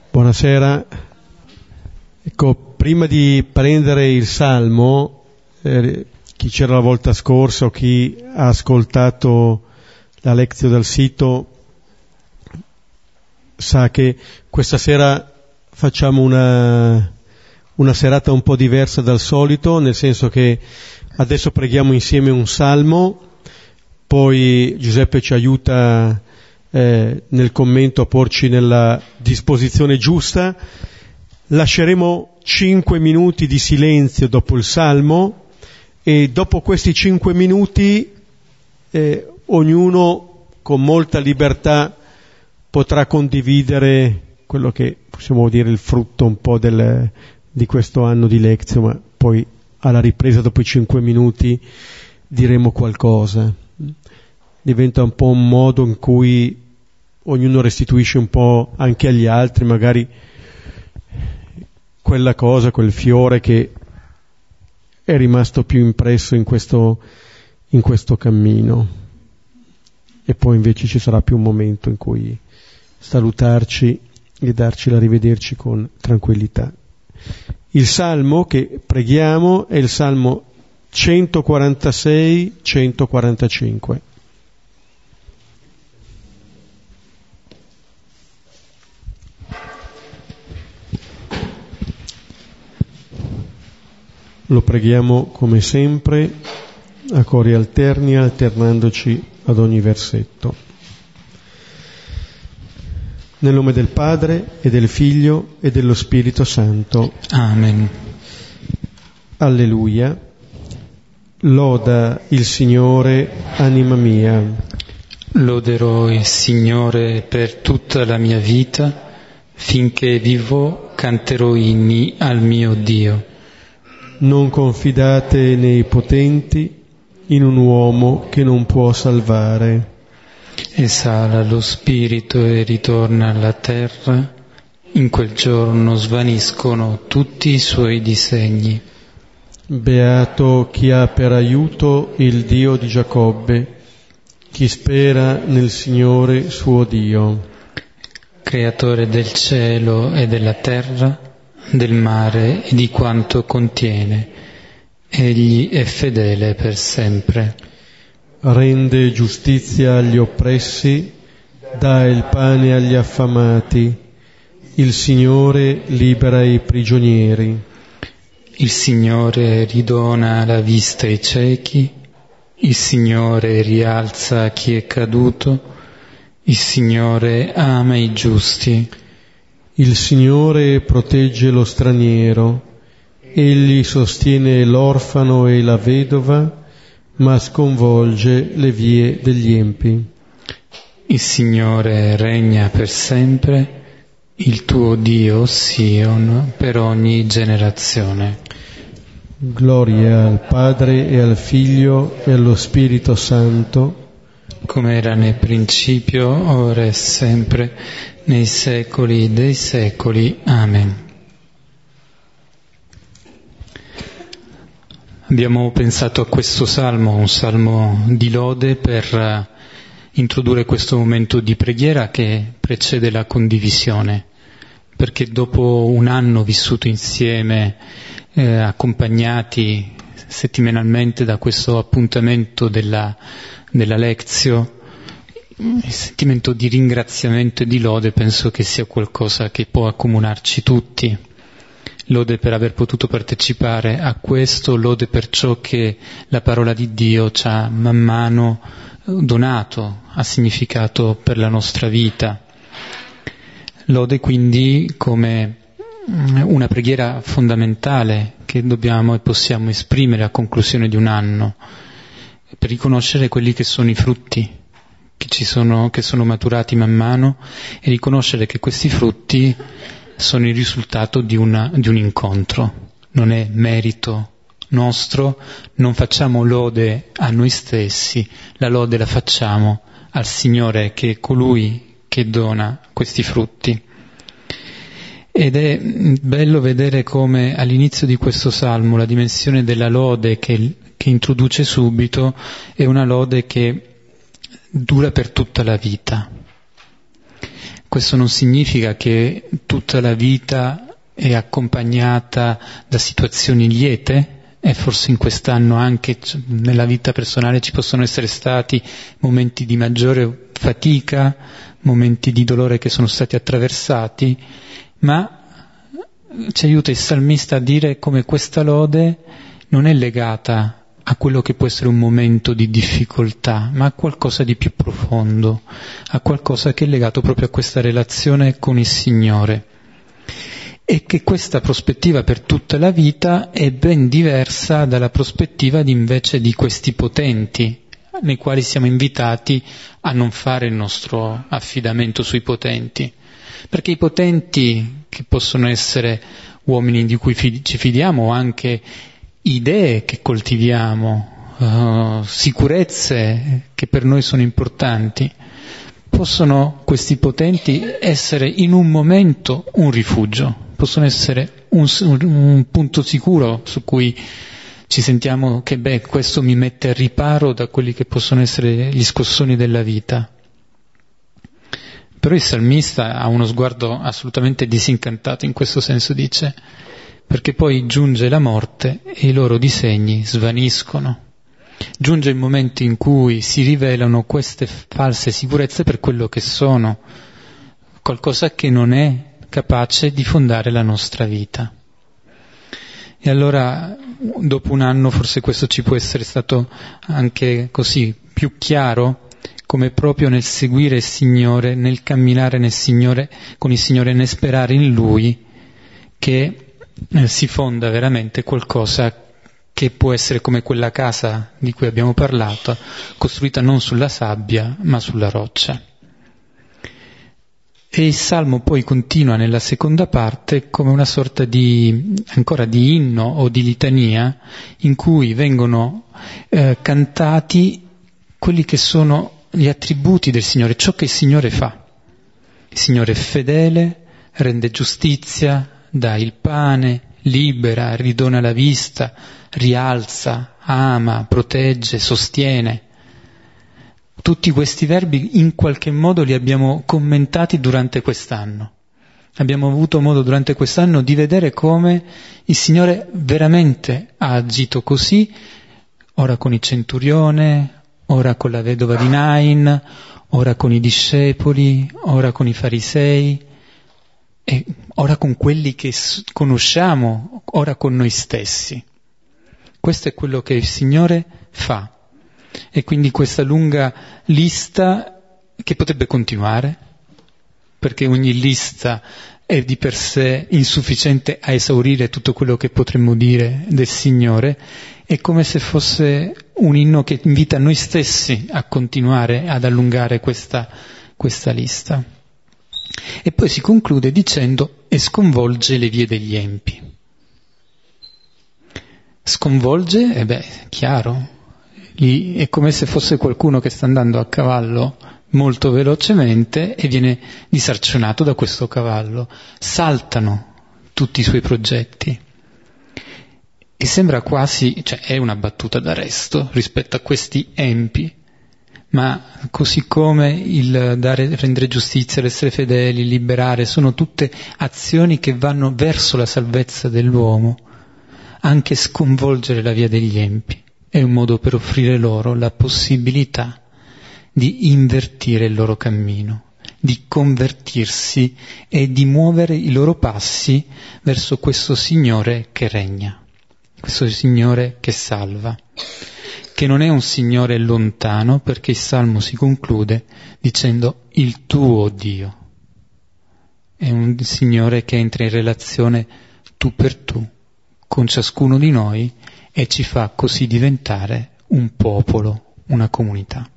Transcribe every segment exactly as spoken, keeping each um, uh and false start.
Buonasera. Ecco, prima di prendere il Salmo, eh, chi c'era la volta scorsa o chi ha ascoltato la lezione dal sito sa che questa sera facciamo una, una serata un po' diversa dal solito, nel senso che adesso preghiamo insieme un Salmo, poi Giuseppe ci aiuta eh, nel commento a porci nella disposizione giusta. Lasceremo cinque minuti di silenzio dopo il Salmo e dopo questi cinque minuti eh, ognuno con molta libertà potrà condividere quello che possiamo dire il frutto un po' del, di questo anno di Lectio, ma poi alla ripresa dopo i cinque minuti diremo qualcosa. Diventa un po' un modo in cui ognuno restituisce un po' anche agli altri magari quella cosa, quel fiore che è rimasto più impresso in questo, in questo cammino. E poi invece ci sarà più un momento in cui salutarci e darci la rivederci con tranquillità. Il Salmo che preghiamo è il Salmo centoquarantasei centoquarantacinque. Lo preghiamo come sempre a cori alterni, alternandoci ad ogni versetto. Nel nome del Padre e del Figlio e dello Spirito Santo. Amen. Alleluia. Loda il Signore, anima mia. Loderò il Signore per tutta la mia vita, finché vivo canterò inni al mio Dio. Non confidate nei potenti, in un uomo che non può salvare. Esala lo spirito e ritorna alla terra, in quel giorno svaniscono tutti i suoi disegni. Beato chi ha per aiuto il Dio di Giacobbe, chi spera nel Signore suo Dio. Creatore del cielo e della terra, del mare e di quanto contiene, egli è fedele per sempre. Rende giustizia agli oppressi, dà il pane agli affamati, il Signore libera i prigionieri. Il Signore ridona la vista ai ciechi, il Signore rialza chi è caduto, il Signore ama i giusti. Il Signore protegge lo straniero, egli sostiene l'orfano e la vedova, ma sconvolge le vie degli empi. Il Signore regna per sempre, il tuo Dio, Sion, per ogni generazione. Gloria al Padre e al Figlio e allo Spirito Santo, come era nel principio, ora e sempre, nei secoli dei secoli. Amen. Abbiamo pensato a questo salmo, un salmo di lode, per introdurre questo momento di preghiera che precede la condivisione, perché dopo un anno vissuto insieme, eh, accompagnati settimanalmente da questo appuntamento della, della Lectio, il sentimento di ringraziamento e di lode penso che sia qualcosa che può accomunarci tutti. Lode per aver potuto partecipare a questo, lode per ciò che la parola di Dio ci ha man mano donato, ha significato per la nostra vita. Lode quindi come una preghiera fondamentale che dobbiamo e possiamo esprimere a conclusione di un anno, per riconoscere quelli che sono i frutti che ci sono, che sono maturati man mano, e riconoscere che questi frutti sono il risultato di, una, di un incontro, non è merito nostro, non facciamo lode a noi stessi, la lode la facciamo al Signore, che è colui che dona questi frutti. Ed è bello vedere come all'inizio di questo salmo la dimensione della lode che, che introduce subito è una lode che dura per tutta la vita. questo non significa che tutta la vita è accompagnata da situazioni liete, e forse in quest'anno anche nella vita personale ci possono essere stati momenti di maggiore fatica, momenti di dolore che sono stati attraversati, ma ci aiuta il salmista a dire come questa lode non è legata a quello che può essere un momento di difficoltà, ma a qualcosa di più profondo, a qualcosa che è legato proprio a questa relazione con il Signore. E che questa prospettiva per tutta la vita è ben diversa dalla prospettiva di invece di questi potenti, nei quali siamo invitati a non fare il nostro affidamento sui potenti. Perché i potenti, che possono essere uomini di cui fid- ci fidiamo, o anche idee che coltiviamo, uh, sicurezze che per noi sono importanti, possono questi potenti essere in un momento un rifugio, possono essere un, un punto sicuro su cui ci sentiamo che beh, questo mi mette a riparo da quelli che possono essere gli scossoni della vita. Però il salmista ha uno sguardo assolutamente disincantato in questo senso, dice, perché poi giunge la morte e i loro disegni svaniscono. Giunge il momento in cui si rivelano queste false sicurezze per quello che sono, qualcosa che non è capace di fondare la nostra vita. E allora, dopo un anno, forse questo ci può essere stato anche così più chiaro, come proprio nel seguire il Signore, nel camminare nel Signore, con il Signore, nel sperare in Lui, che eh, si fonda veramente qualcosa che può essere come quella casa di cui abbiamo parlato, costruita non sulla sabbia, ma sulla roccia. E il Salmo poi continua nella seconda parte come una sorta di, ancora di inno o di litania, in cui vengono eh, cantati quelli che sono gli attributi del Signore, ciò che il Signore fa. Il Signore è fedele, rende giustizia, dà il pane, libera, ridona la vista, rialza, ama, protegge, sostiene. Tutti questi verbi in qualche modo li abbiamo commentati durante quest'anno. Abbiamo avuto modo durante quest'anno di vedere come il Signore veramente ha agito così, ora con il centurione, ora con la vedova di Nain, ora con i discepoli, ora con i farisei, e ora con quelli che conosciamo, ora con noi stessi. Questo è quello che il Signore fa. E quindi questa lunga lista che potrebbe continuare, perché ogni lista è di per sé insufficiente a esaurire tutto quello che potremmo dire del Signore, è come se fosse un inno che invita noi stessi a continuare ad allungare questa, questa lista. E poi si conclude dicendo: e sconvolge le vie degli empi. Sconvolge, e beh, chiaro, lì è come se fosse qualcuno che sta andando a cavallo molto velocemente e viene disarcionato da questo cavallo. Saltano tutti i suoi progetti. E sembra quasi, cioè è una battuta d'arresto rispetto a questi empi, ma così come il dare, rendere giustizia, l'essere fedeli, liberare, sono tutte azioni che vanno verso la salvezza dell'uomo. Anche sconvolgere la via degli empi è un modo per offrire loro la possibilità di invertire il loro cammino, di convertirsi e di muovere i loro passi verso questo Signore che regna, questo Signore che salva, che non è un Signore lontano, perché il Salmo si conclude dicendo il tuo Dio. È un Signore che entra in relazione tu per tu con ciascuno di noi e ci fa così diventare un popolo, una comunità.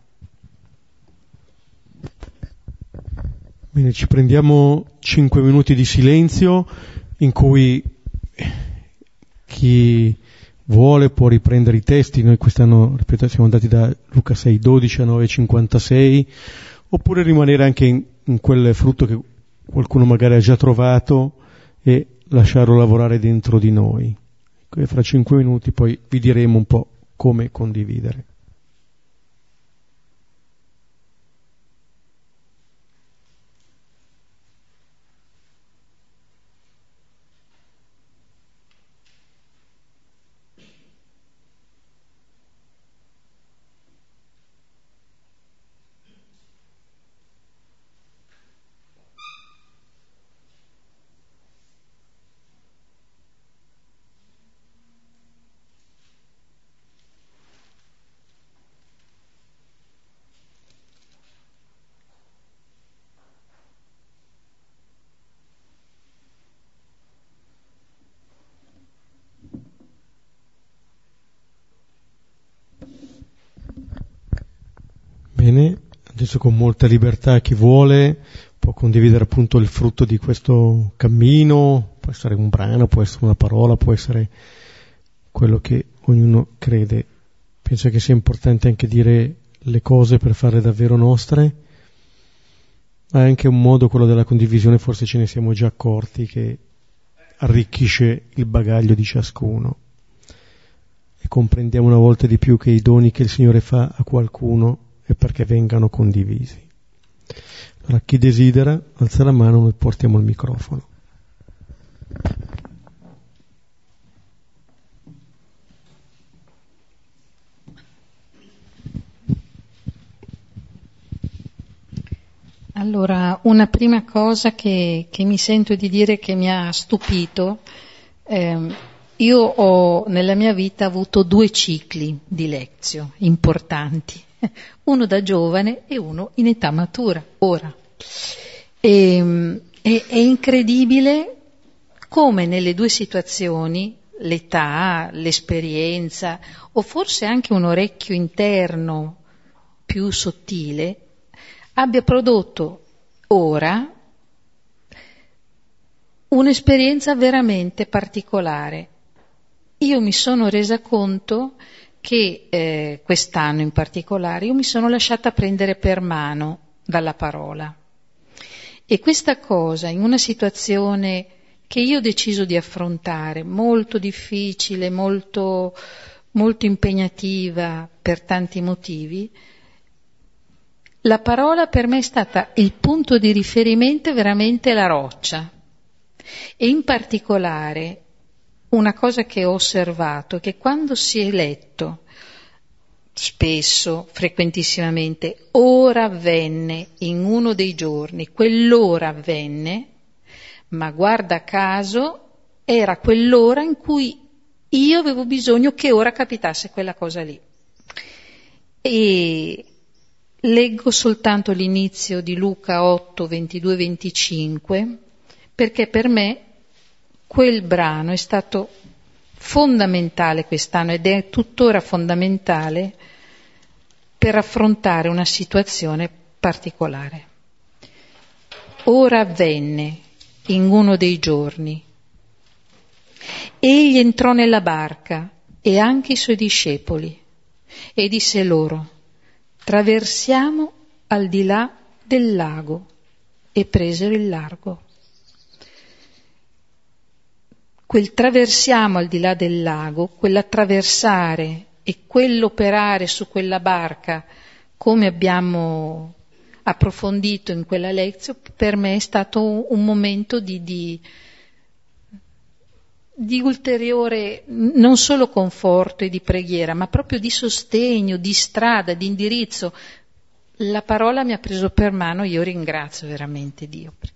Bene, ci prendiamo cinque minuti di silenzio in cui chi vuole può riprendere i testi. Noi quest'anno, ripeto, siamo andati da Luca sei dodici a nove cinquantasei, oppure rimanere anche in, in quel frutto che qualcuno magari ha già trovato e lasciarlo lavorare dentro di noi. E fra cinque minuti poi vi diremo un po' come condividere. adesso con molta libertà chi vuole può condividere appunto il frutto di questo cammino, può essere un brano, può essere una parola, può essere quello che ognuno crede. Penso che sia importante anche dire le cose per farle davvero nostre, ma è anche un modo, quello della condivisione, forse ce ne siamo già accorti, che arricchisce il bagaglio di ciascuno e comprendiamo una volta di più che i doni che il Signore fa a qualcuno è perché vengano condivisi. Allora, chi desidera alza la mano e portiamo il microfono. Allora, una prima cosa che, che mi sento di dire che mi ha stupito, eh, io ho nella mia vita avuto due cicli di lezio importanti, uno da giovane e uno in età matura, ora. E, è, è incredibile come nelle due situazioni, l'età, l'esperienza, o forse anche un orecchio interno più sottile, abbia prodotto ora un'esperienza veramente particolare. Io mi sono resa conto che eh, quest'anno in particolare io mi sono lasciata prendere per mano dalla parola, e questa cosa in una situazione che io ho deciso di affrontare, molto difficile, molto, molto impegnativa per tanti motivi, la parola per me è stata il punto di riferimento, veramente la roccia. E in particolare una cosa che ho osservato è che quando si è letto spesso, frequentissimamente, ora avvenne in uno dei giorni, quell'ora avvenne, ma guarda caso era quell'ora in cui io avevo bisogno che ora capitasse quella cosa lì. E leggo soltanto l'inizio di Luca otto, ventidue venticinque, perché per me quel brano è stato fondamentale quest'anno ed è tuttora fondamentale per affrontare una situazione particolare. Ora avvenne in uno dei giorni. Egli entrò nella barca e anche i suoi discepoli e disse loro: traversiamo al di là del lago, e presero il largo. Quel traversiamo al di là del lago, quell'attraversare e quell'operare su quella barca, come abbiamo approfondito in quella lezione, per me è stato un momento di, di, di ulteriore, non solo conforto e di preghiera, ma proprio di sostegno, di strada, di indirizzo. La parola mi ha preso per mano, io ringrazio veramente Dio. Perché...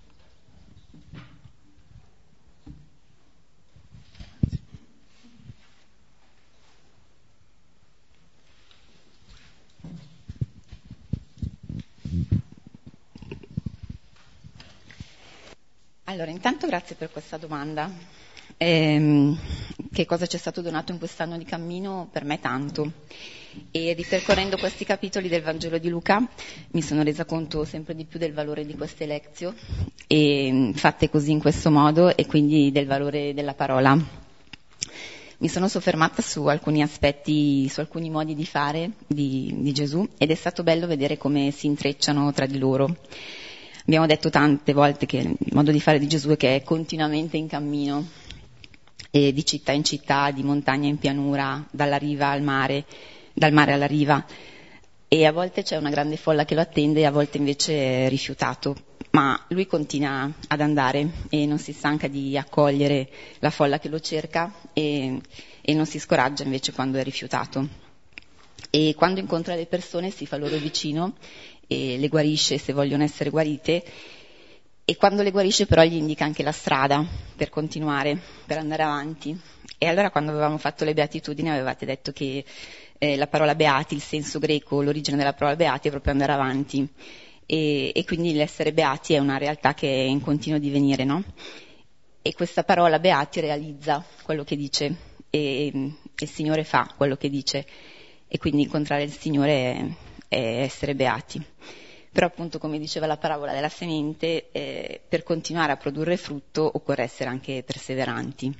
Allora, intanto grazie per questa domanda. Ehm, che cosa ci è stato donato in quest'anno di cammino? Per me tanto. E ripercorrendo questi capitoli del Vangelo di Luca mi sono resa conto sempre di più del valore di queste lezioni, e fatte così in questo modo, e quindi del valore della parola. Mi sono soffermata su alcuni aspetti, su alcuni modi di fare di, di Gesù, ed è stato bello vedere come si intrecciano tra di loro. Abbiamo detto tante volte che il modo di fare di Gesù è che è continuamente in cammino, e di città in città, di montagna in pianura, dalla riva al mare, dal mare alla riva, e a volte c'è una grande folla che lo attende e a volte invece è rifiutato, ma lui continua ad andare e non si stanca di accogliere la folla che lo cerca, e, e non si scoraggia invece quando è rifiutato. E quando incontra le persone si fa loro vicino e le guarisce se vogliono essere guarite, e quando le guarisce però gli indica anche la strada per continuare, per andare avanti. E allora, quando avevamo fatto le beatitudini, avevate detto che eh, la parola beati, il senso greco, l'origine della parola beati è proprio andare avanti, e, e quindi l'essere beati è una realtà che è in continuo divenire, no? E questa parola beati realizza quello che dice, e, e il Signore fa quello che dice, e quindi incontrare il Signore è è essere beati. Però appunto, come diceva la parabola della semente, eh, per continuare a produrre frutto occorre essere anche perseveranti.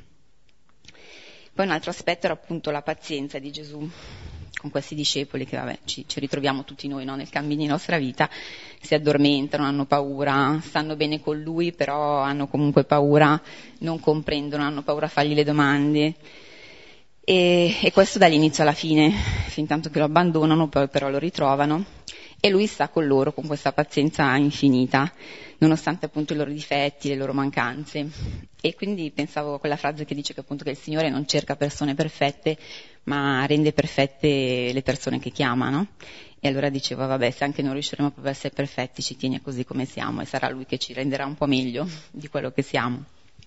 Poi un altro aspetto era appunto la pazienza di Gesù con questi discepoli che vabbè ci, ci ritroviamo tutti noi, no? Nel cammino di nostra vita, si addormentano, hanno paura, stanno bene con lui però hanno comunque paura, non comprendono, hanno paura a fargli le domande e, e questo dall'inizio alla fine, fin tanto che lo abbandonano, poi però lo ritrovano e lui sta con loro con questa pazienza infinita, nonostante appunto i loro difetti, le loro mancanze. E quindi pensavo a quella frase che dice che appunto che il Signore non cerca persone perfette, ma rende perfette le persone che chiama, no? E allora dicevo, vabbè, se anche non riusciremo proprio a essere perfetti, ci tiene così come siamo e sarà Lui che ci renderà un po' meglio di quello che siamo.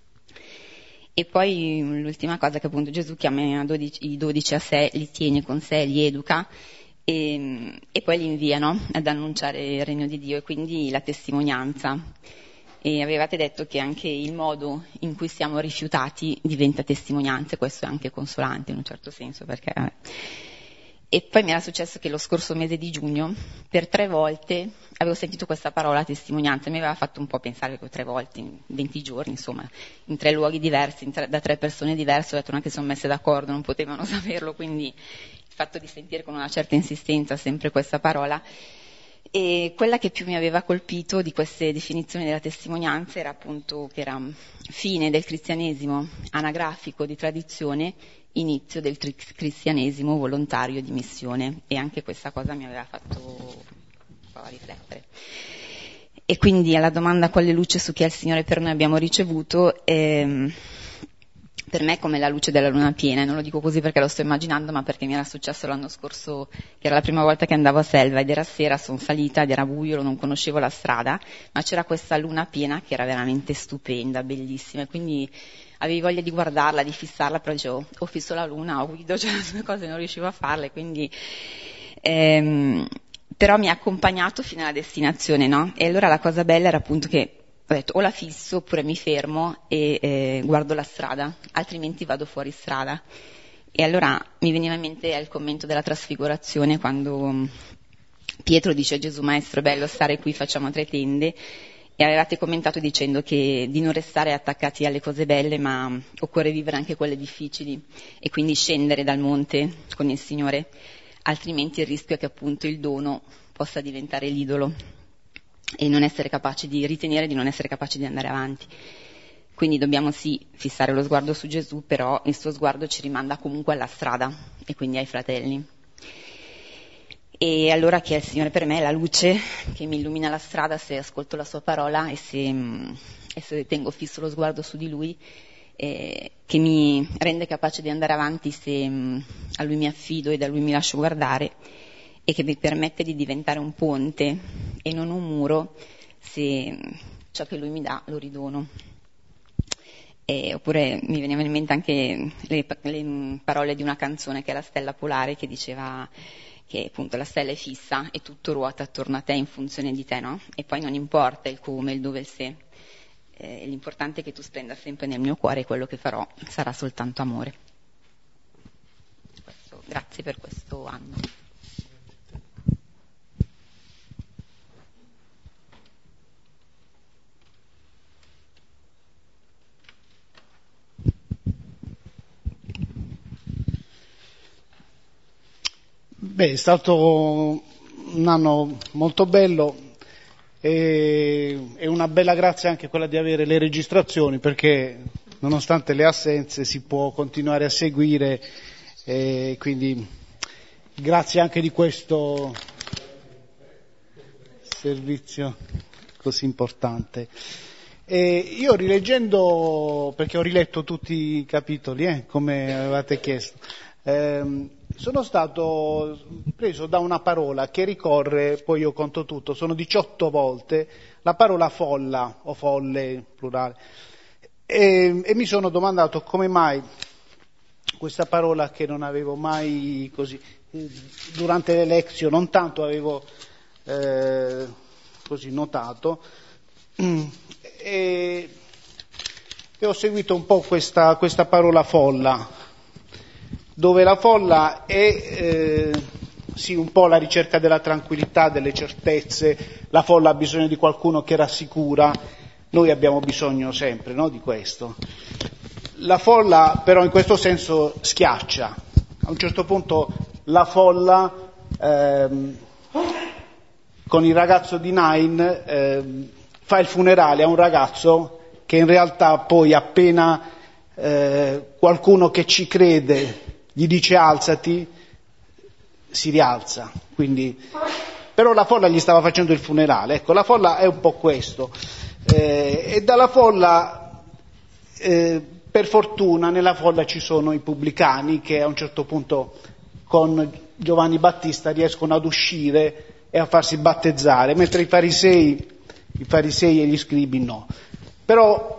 E poi l'ultima cosa, che appunto Gesù chiama i dodici a sé, li tiene con sé, li educa e, e poi li invia, no? Ad annunciare il regno di Dio e quindi la testimonianza. E avevate detto che anche il modo in cui siamo rifiutati diventa testimonianza, e questo è anche consolante in un certo senso, perché vabbè. E poi mi era successo che lo scorso mese di giugno per tre volte avevo sentito questa parola testimonianza, mi aveva fatto un po' pensare che tre volte in venti giorni, insomma, in tre luoghi diversi, in tre, da tre persone diverse, ho detto non è che sono messe d'accordo, non potevano saperlo, quindi il fatto di sentire con una certa insistenza sempre questa parola. E quella che più mi aveva colpito di queste definizioni della testimonianza era appunto che era fine del cristianesimo anagrafico di tradizione, inizio del tri- cristianesimo volontario di missione, e anche questa cosa mi aveva fatto un po' riflettere. E quindi alla domanda quale luce su chi è il Signore per noi abbiamo ricevuto, ehm, per me è come la luce della luna piena, e non lo dico così perché lo sto immaginando, ma perché mi era successo l'anno scorso, che era la prima volta che andavo a Selva ed era sera, sono salita ed era buio, non conoscevo la strada, ma c'era questa luna piena che era veramente stupenda, bellissima, e quindi avevi voglia di guardarla, di fissarla, però dicevo, o fisso la luna o guido, cioè le due cose non riuscivo a farle, quindi ehm, però mi ha accompagnato fino alla destinazione, no? E allora la cosa bella era appunto che ho detto o la fisso oppure mi fermo e eh, guardo la strada, altrimenti vado fuori strada. E allora mi veniva in mente il commento della trasfigurazione, quando Pietro dice a Gesù, maestro è bello stare qui, facciamo tre tende, e avevate commentato dicendo che di non restare attaccati alle cose belle, ma occorre vivere anche quelle difficili e quindi scendere dal monte con il Signore, altrimenti il rischio è che appunto il dono possa diventare l'idolo e non essere capaci di ritenere di non essere capaci di andare avanti. Quindi dobbiamo sì fissare lo sguardo su Gesù, però il suo sguardo ci rimanda comunque alla strada e quindi ai fratelli. E allora chi è il Signore per me? È la luce che mi illumina la strada se ascolto la sua parola e se, e se tengo fisso lo sguardo su di Lui, eh, che mi rende capace di andare avanti se mh, a Lui mi affido e da Lui mi lascio guardare, e che mi permette di diventare un ponte e non un muro se ciò che Lui mi dà lo ridono. E, oppure mi venivano in mente anche le, le parole di una canzone che è La Stella Polare, che diceva che appunto la stella è fissa e tutto ruota attorno a te in funzione di te, no? E poi non importa il come, il dove, il se, eh, l'importante è che tu splenda sempre nel mio cuore, e quello che farò sarà soltanto amore. Questo, grazie per questo anno. Beh, è stato un anno molto bello e è una bella grazia anche quella di avere le registrazioni, perché nonostante le assenze si può continuare a seguire, e quindi grazie anche di questo servizio così importante. E io rileggendo, perché ho riletto tutti i capitoli, eh, come avevate chiesto, ehm, sono stato preso da una parola che ricorre, poi io conto tutto, sono diciotto volte, la parola folla o folle, plurale, e, e mi sono domandato come mai questa parola che non avevo mai così, durante le lezioni, non tanto avevo eh, così notato, e, e ho seguito un po' questa, questa parola folla, dove la folla è, eh, sì, un po' la ricerca della tranquillità, delle certezze, la folla ha bisogno di qualcuno che rassicura, noi abbiamo bisogno sempre, no, di questo. La folla però in questo senso schiaccia, a un certo punto la folla ehm, con il ragazzo di Nain ehm, fa il funerale a un ragazzo che in realtà poi appena eh, qualcuno che ci crede gli dice alzati, si rialza. Quindi, però la folla gli stava facendo il funerale, ecco, la folla è un po' questo. Eh, e dalla folla, eh, per fortuna, nella folla ci sono i pubblicani che a un certo punto con Giovanni Battista riescono ad uscire e a farsi battezzare, mentre i farisei, i farisei e gli scribi no. Però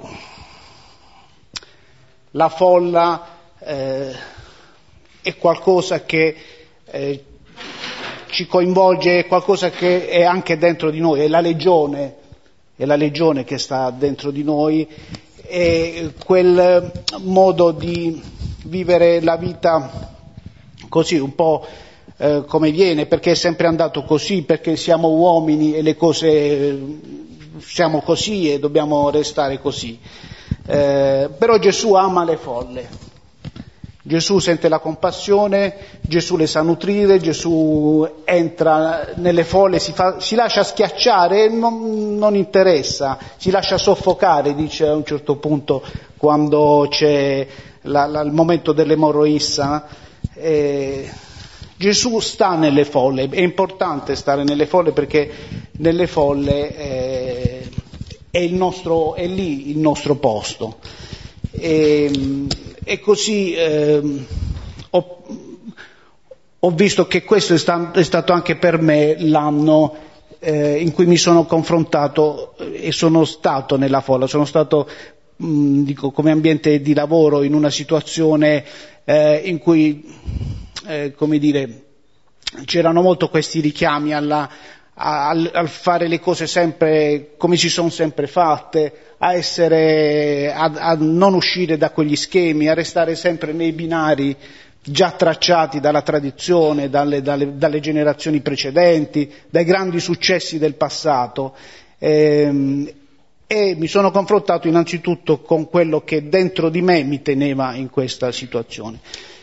la folla eh, è qualcosa che eh, ci coinvolge, è qualcosa che è anche dentro di noi, è la legione, è la legione che sta dentro di noi, è quel modo di vivere la vita così, un po' eh, come viene, perché è sempre andato così, perché siamo uomini e le cose siamo così e dobbiamo restare così. Eh, però Gesù ama le folle. Gesù sente la compassione, Gesù le sa nutrire, Gesù entra nelle folle, si, fa, si lascia schiacciare, non, non interessa, si lascia soffocare, dice a un certo punto quando c'è la, la, il momento dell'emorroissa. Eh, Gesù sta nelle folle, è importante stare nelle folle perché nelle folle eh, è, il nostro, è lì il nostro posto. E, e così eh, ho, ho visto che questo è, sta, è stato anche per me l'anno eh, in cui mi sono confrontato e sono stato nella folla, sono stato mh, dico, come ambiente di lavoro in una situazione eh, in cui eh, come dire, c'erano molto questi richiami alla, al, al fare le cose sempre come si sono sempre fatte, a essere, a, a non uscire da quegli schemi, a restare sempre nei binari già tracciati dalla tradizione, dalle, dalle, dalle generazioni precedenti, dai grandi successi del passato. E, e mi sono confrontato innanzitutto con quello che dentro di me mi teneva in questa situazione.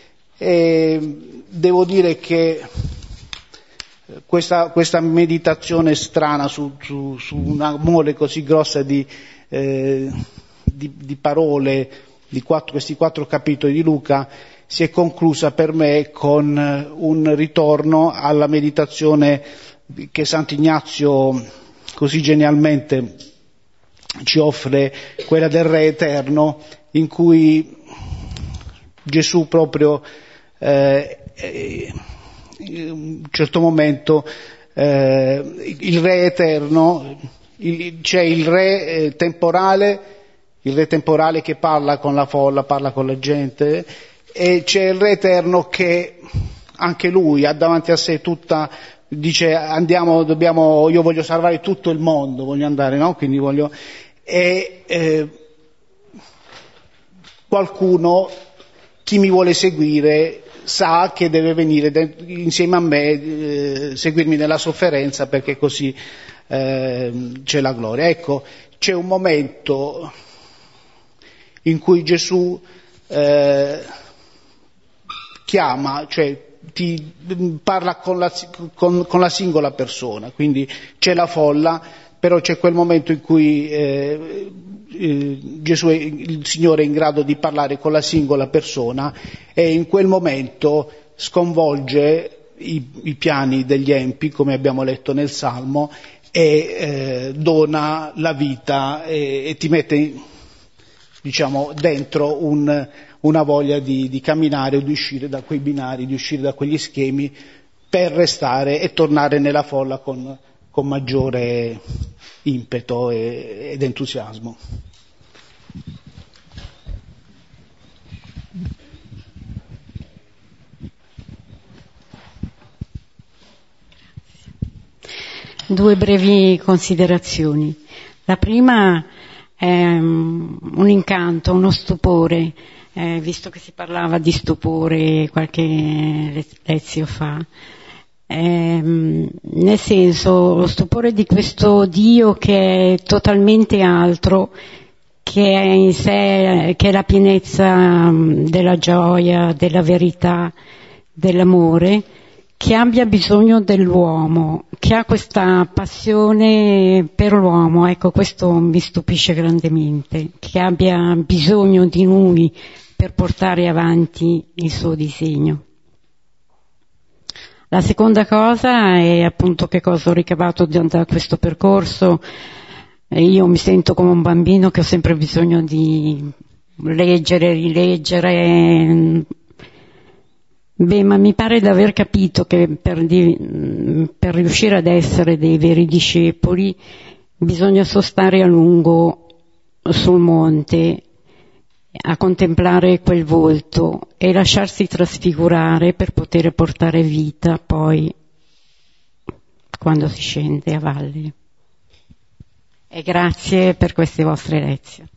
E devo dire che questa, questa meditazione strana su, su, su una mole così grossa di Eh, di, di parole di quattro, questi quattro capitoli di Luca si è conclusa per me con un ritorno alla meditazione che Sant'Ignazio così genialmente ci offre, quella del Re Eterno, in cui Gesù proprio eh, eh, in un certo momento eh, il Re Eterno, Il, c'è il re eh, temporale, il re temporale che parla con la folla, parla con la gente, e c'è il re eterno che anche lui ha davanti a sé tutta, dice andiamo, dobbiamo, io voglio salvare tutto il mondo, voglio andare, no? Quindi voglio, e eh, qualcuno, chi mi vuole seguire, sa che deve venire de- insieme a me, eh, seguirmi nella sofferenza perché così Eh, c'è la gloria. Ecco, c'è un momento in cui Gesù eh, chiama, cioè ti parla con la, con, con la singola persona, quindi c'è la folla, però c'è quel momento in cui eh, eh, Gesù, è, il Signore è in grado di parlare con la singola persona e in quel momento sconvolge i, i piani degli empi, come abbiamo letto nel Salmo, e eh, dona la vita e, e ti mette, diciamo, dentro un, una voglia di, di camminare, di uscire da quei binari, di uscire da quegli schemi per restare e tornare nella folla con, con maggiore impeto e, ed entusiasmo. Due brevi considerazioni. La prima è un incanto, uno stupore, eh, visto che si parlava di stupore qualche lezio fa. ehm, nel senso, lo stupore di questo Dio che è totalmente altro, che è in sé, che è la pienezza della gioia, della verità, dell'amore, che abbia bisogno dell'uomo, che ha questa passione per l'uomo. Ecco, questo mi stupisce grandemente, che abbia bisogno di noi per portare avanti il suo disegno. La seconda cosa è appunto che cosa ho ricavato da questo percorso. Io mi sento come un bambino che ho sempre bisogno di leggere, rileggere. Beh, ma mi pare di aver capito che per, di, per riuscire ad essere dei veri discepoli bisogna sostare a lungo sul monte a contemplare quel volto e lasciarsi trasfigurare per poter portare vita poi quando si scende a valle. E grazie per queste vostre lezioni.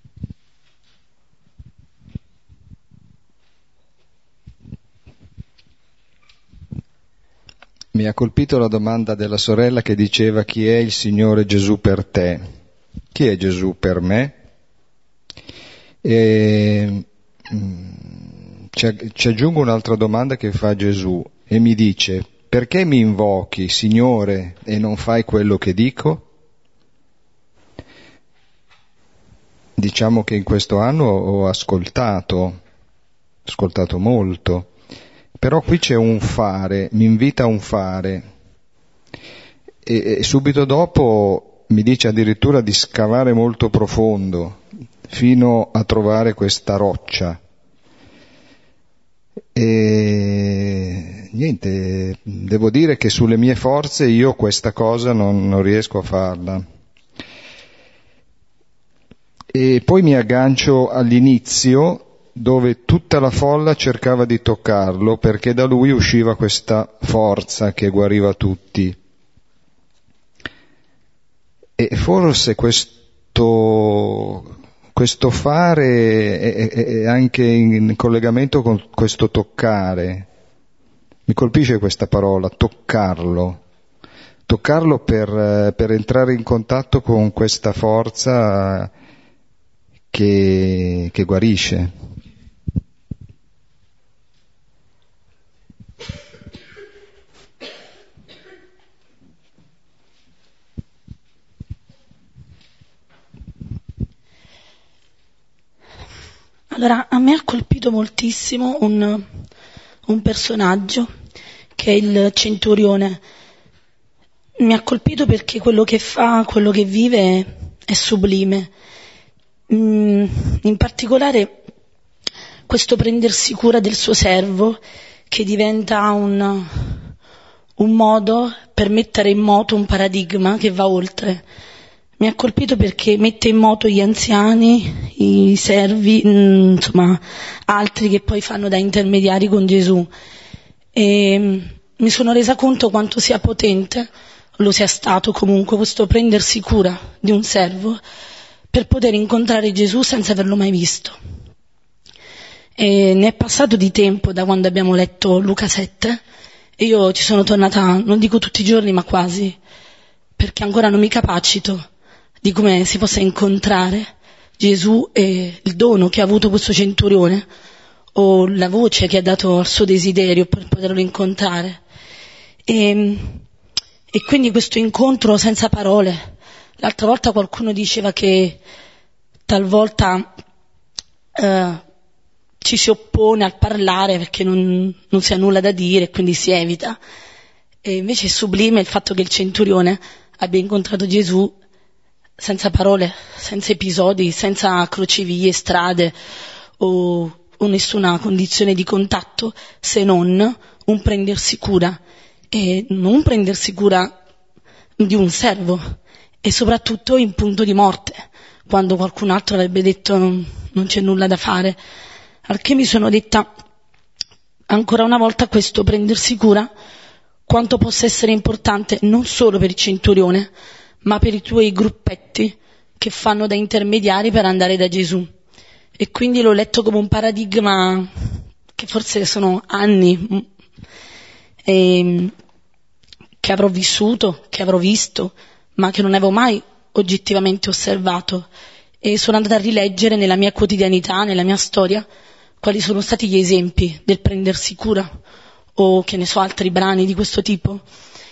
Mi ha colpito la domanda della sorella che diceva: chi è il Signore Gesù per te? Chi è Gesù per me? E, ci, ci aggiungo un'altra domanda che fa Gesù e mi dice: perché mi invochi, Signore, e non fai quello che dico? Diciamo che in questo anno ho ascoltato, ascoltato molto. Però qui c'è un fare, mi invita a un fare e, e subito dopo mi dice addirittura di scavare molto profondo fino a trovare questa roccia. E niente, devo dire che sulle mie forze io questa cosa non, non riesco a farla. E poi mi aggancio all'inizio, dove tutta la folla cercava di toccarlo perché da lui usciva questa forza che guariva tutti. E forse questo, questo fare è, è, è anche in collegamento con questo toccare. Mi colpisce questa parola, toccarlo. Toccarlo per, per entrare in contatto con questa forza che, che guarisce. Allora, a me ha colpito moltissimo un, un personaggio che è il centurione. Mi ha colpito perché quello che fa, quello che vive è sublime. Mm, in particolare questo prendersi cura del suo servo, che diventa un, un modo per mettere in moto un paradigma che va oltre. Mi ha colpito perché mette in moto gli anziani, i servi, insomma, altri che poi fanno da intermediari con Gesù. E mi sono resa conto quanto sia potente, lo sia stato comunque, questo prendersi cura di un servo per poter incontrare Gesù senza averlo mai visto. E ne è passato di tempo da quando abbiamo letto Luca sette e io ci sono tornata, non dico tutti i giorni, ma quasi, perché ancora non mi capacito di come si possa incontrare Gesù e il dono che ha avuto questo centurione, o la voce che ha dato al suo desiderio per poterlo incontrare. E, e quindi questo incontro senza parole. L'altra volta qualcuno diceva che talvolta eh, ci si oppone al parlare perché non, non si ha nulla da dire e quindi si evita. E invece è sublime il fatto che il centurione abbia incontrato Gesù senza parole, senza episodi, senza crocevie, strade o, o nessuna condizione di contatto, se non un prendersi cura, e non prendersi cura di un servo, e soprattutto in punto di morte, quando qualcun altro avrebbe detto non, non c'è nulla da fare. Al che mi sono detta ancora una volta questo prendersi cura quanto possa essere importante non solo per il centurione, ma per i tuoi gruppetti che fanno da intermediari per andare da Gesù. E quindi l'ho letto come un paradigma che forse sono anni, e che avrò vissuto, che avrò visto, ma che non avevo mai oggettivamente osservato. E sono andata a rileggere nella mia quotidianità, nella mia storia, quali sono stati gli esempi del prendersi cura, o che ne so, altri brani di questo tipo.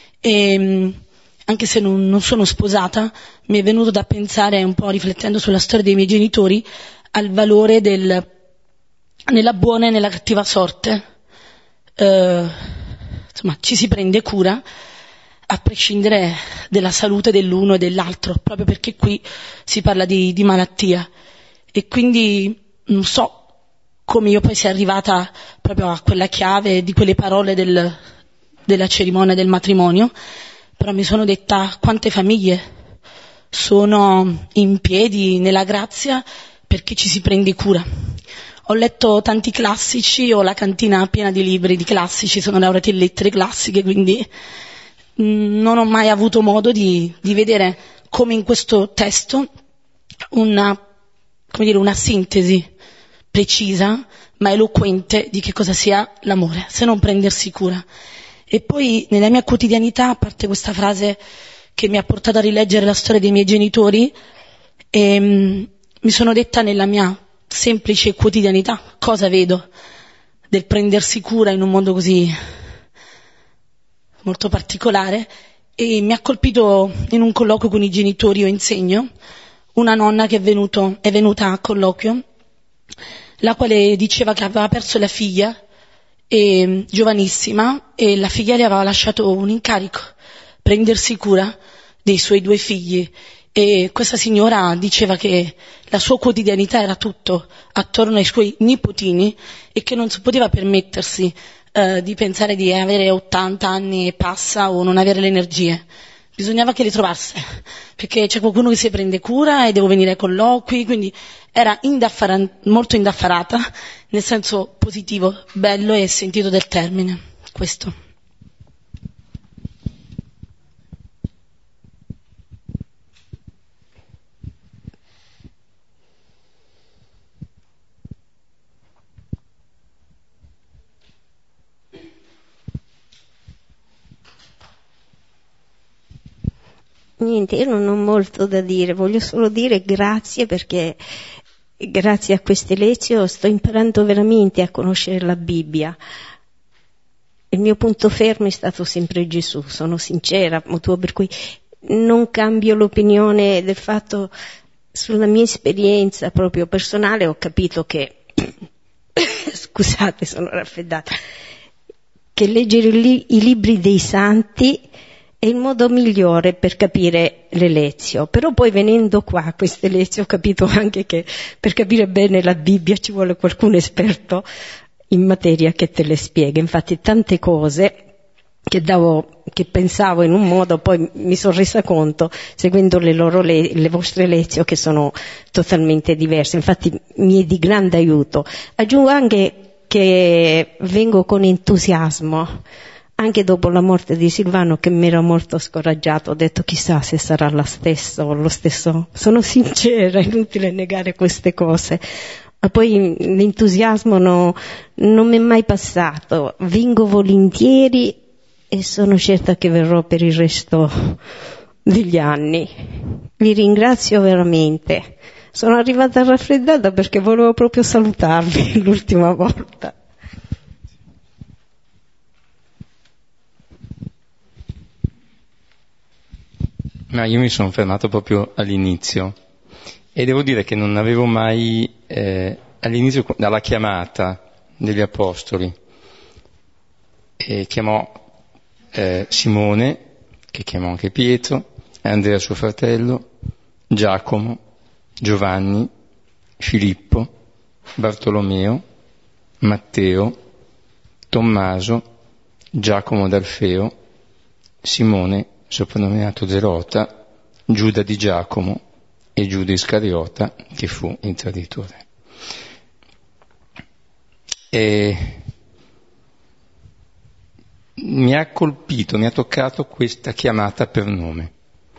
E anche se non, non sono sposata, mi è venuto da pensare, un po' riflettendo sulla storia dei miei genitori, al valore del nella buona e nella cattiva sorte. Eh, insomma, ci si prende cura a prescindere dalla salute dell'uno e dell'altro, proprio perché qui si parla di, di malattia. E quindi non so come io poi sia arrivata proprio a quella chiave di quelle parole del, della cerimonia del matrimonio, però mi sono detta quante famiglie sono in piedi nella grazia perché ci si prende cura. Ho letto tanti classici, ho la cantina piena di libri di classici, sono laureata in lettere classiche, quindi mh, non ho mai avuto modo di, di vedere come in questo testo una, come dire, una sintesi precisa ma eloquente di che cosa sia l'amore, se non prendersi cura. E poi nella mia quotidianità, a parte questa frase che mi ha portato a rileggere la storia dei miei genitori, ehm, mi sono detta nella mia semplice quotidianità cosa vedo del prendersi cura in un mondo così molto particolare, e mi ha colpito in un colloquio con i genitori. Io insegno, una nonna che è, venuto, è venuta a colloquio, la quale diceva che aveva perso la figlia e, giovanissima, e la figlia le aveva lasciato un incarico, prendersi cura dei suoi due figli. E questa signora diceva che la sua quotidianità era tutto attorno ai suoi nipotini e che non si poteva permettersi eh, di pensare di avere ottanta anni e passa o non avere le energie. Bisognava che le trovasse, perché c'è qualcuno che si prende cura e devo venire ai colloqui, quindi era indaffara- molto indaffarata, nel senso positivo, bello e sentito del termine. Questo. Niente, io non ho molto da dire, voglio solo dire grazie, perché grazie a queste lezioni sto imparando veramente a conoscere la Bibbia. Il mio punto fermo è stato sempre Gesù, sono sincera, motivo per cui non cambio l'opinione del fatto. Sulla mia esperienza proprio personale ho capito che, scusate, sono raffreddata, che leggere i libri dei santi è il modo migliore per capire le lezioni. Però poi venendo qua a queste lezioni ho capito anche che per capire bene la Bibbia ci vuole qualcuno esperto in materia che te le spiega. Infatti tante cose che davo, che pensavo in un modo, poi mi sono resa conto seguendo le loro le, le vostre lezioni che sono totalmente diverse. Infatti mi è di grande aiuto. Aggiungo anche che vengo con entusiasmo anche dopo la morte di Silvano, che mi ero molto scoraggiato. Ho detto chissà se sarà la stessa o lo stesso. Sono sincera, è inutile negare queste cose. Ma poi l'entusiasmo no, non mi è mai passato. Vengo volentieri e sono certa che verrò per il resto degli anni. Vi ringrazio veramente. Sono arrivata raffreddata perché volevo proprio salutarvi l'ultima volta. Ma io mi sono fermato proprio all'inizio e devo dire che non avevo mai, eh, all'inizio, dalla chiamata degli apostoli, e chiamò eh, Simone, che chiamò anche Pietro, Andrea suo fratello, Giacomo, Giovanni, Filippo, Bartolomeo, Matteo, Tommaso, Giacomo d'Alfeo, Simone soprannominato Zelota, Giuda di Giacomo e Giuda Iscariota, che fu il traditore. E mi ha colpito, mi ha toccato questa chiamata per nome.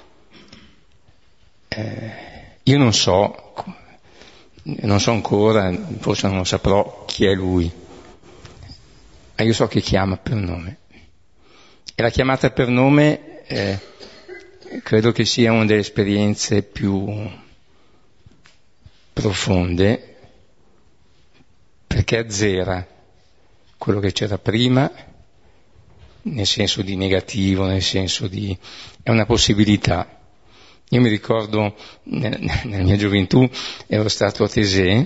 Eh, io non so, non so ancora, forse non lo saprò chi è lui, ma io so che chiama per nome. E la chiamata per nome eh, credo che sia una delle esperienze più profonde, perché azzera quello che c'era prima, nel senso di negativo, nel senso di... è una possibilità. Io mi ricordo, nella mia gioventù, ero stato a Tesè,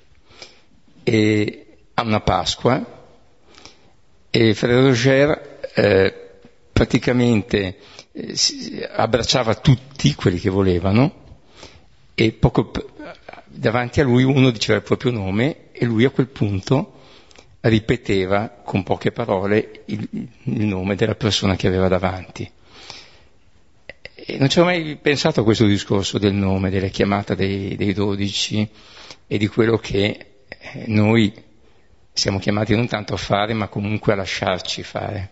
e a una Pasqua, e Frère Roger eh, praticamente eh, abbracciava tutti quelli che volevano, e poco davanti a lui uno diceva il proprio nome, e lui a quel punto ripeteva con poche parole il, il nome della persona che aveva davanti. E non ci avevo mai pensato a questo discorso del nome, della chiamata dei, dei dodici e di quello che noi siamo chiamati non tanto a fare, ma comunque a lasciarci fare.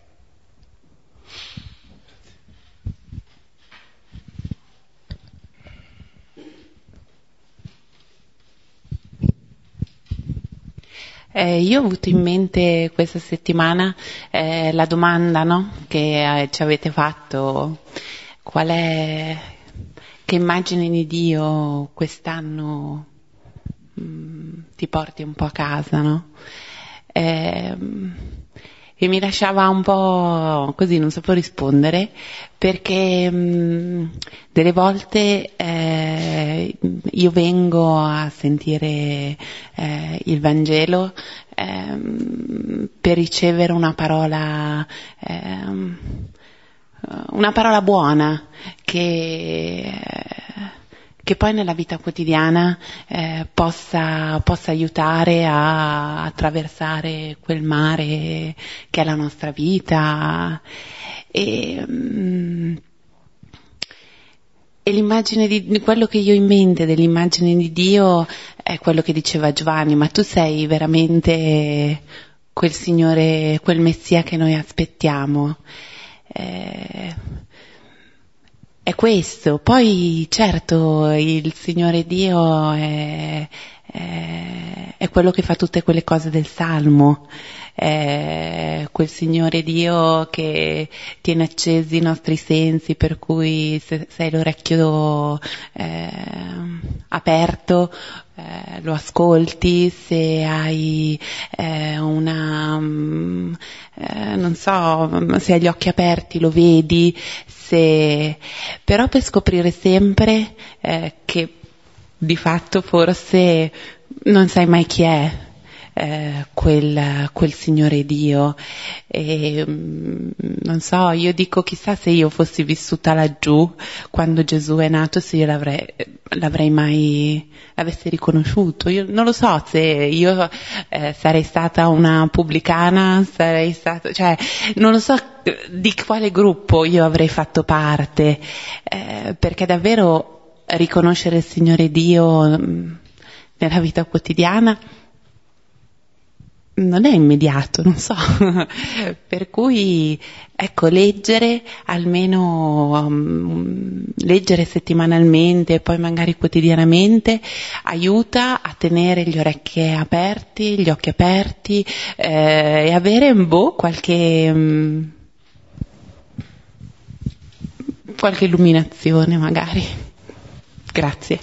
Eh, io ho avuto in mente questa settimana eh, la domanda, no? Che eh, ci avete fatto: qual è, che immagine di Dio quest'anno mh, ti porti un po' a casa, no? Eh, e mi lasciava un po' così, non sapevo rispondere, perché mh, delle volte eh, io vengo a sentire eh, il Vangelo eh, per ricevere una parola eh, una parola buona che, che poi nella vita quotidiana eh, possa, possa aiutare a attraversare quel mare che è la nostra vita. E, mm, e l'immagine di quello che io ho in mente dell'immagine di Dio è quello che diceva Giovanni: ma tu sei veramente quel Signore, quel Messia che noi aspettiamo. Eh, è questo. Poi certo il Signore Dio è, è, è quello che fa tutte quelle cose del Salmo, è quel Signore Dio che tiene accesi i nostri sensi, per cui se, se hai l'orecchio eh, aperto eh, lo ascolti, se hai eh, una um, eh, non so, se hai gli occhi aperti lo vedi, se... però per scoprire sempre eh, che di fatto forse non sai mai chi è eh, quel, quel Signore Dio. E non so, io dico, chissà se io fossi vissuta laggiù quando Gesù è nato, se io l'avrei, l'avrei mai l'avessi riconosciuto. Io non lo so se io eh, sarei stata una pubblicana, sarei stata, cioè non lo so di quale gruppo io avrei fatto parte, eh, perché davvero riconoscere il Signore Dio mh, nella vita quotidiana non è immediato, non so. Per cui, ecco, leggere, almeno um, leggere settimanalmente e poi magari quotidianamente, aiuta a tenere gli orecchi aperti, gli occhi aperti eh, e avere boh, qualche um, qualche illuminazione magari. Grazie.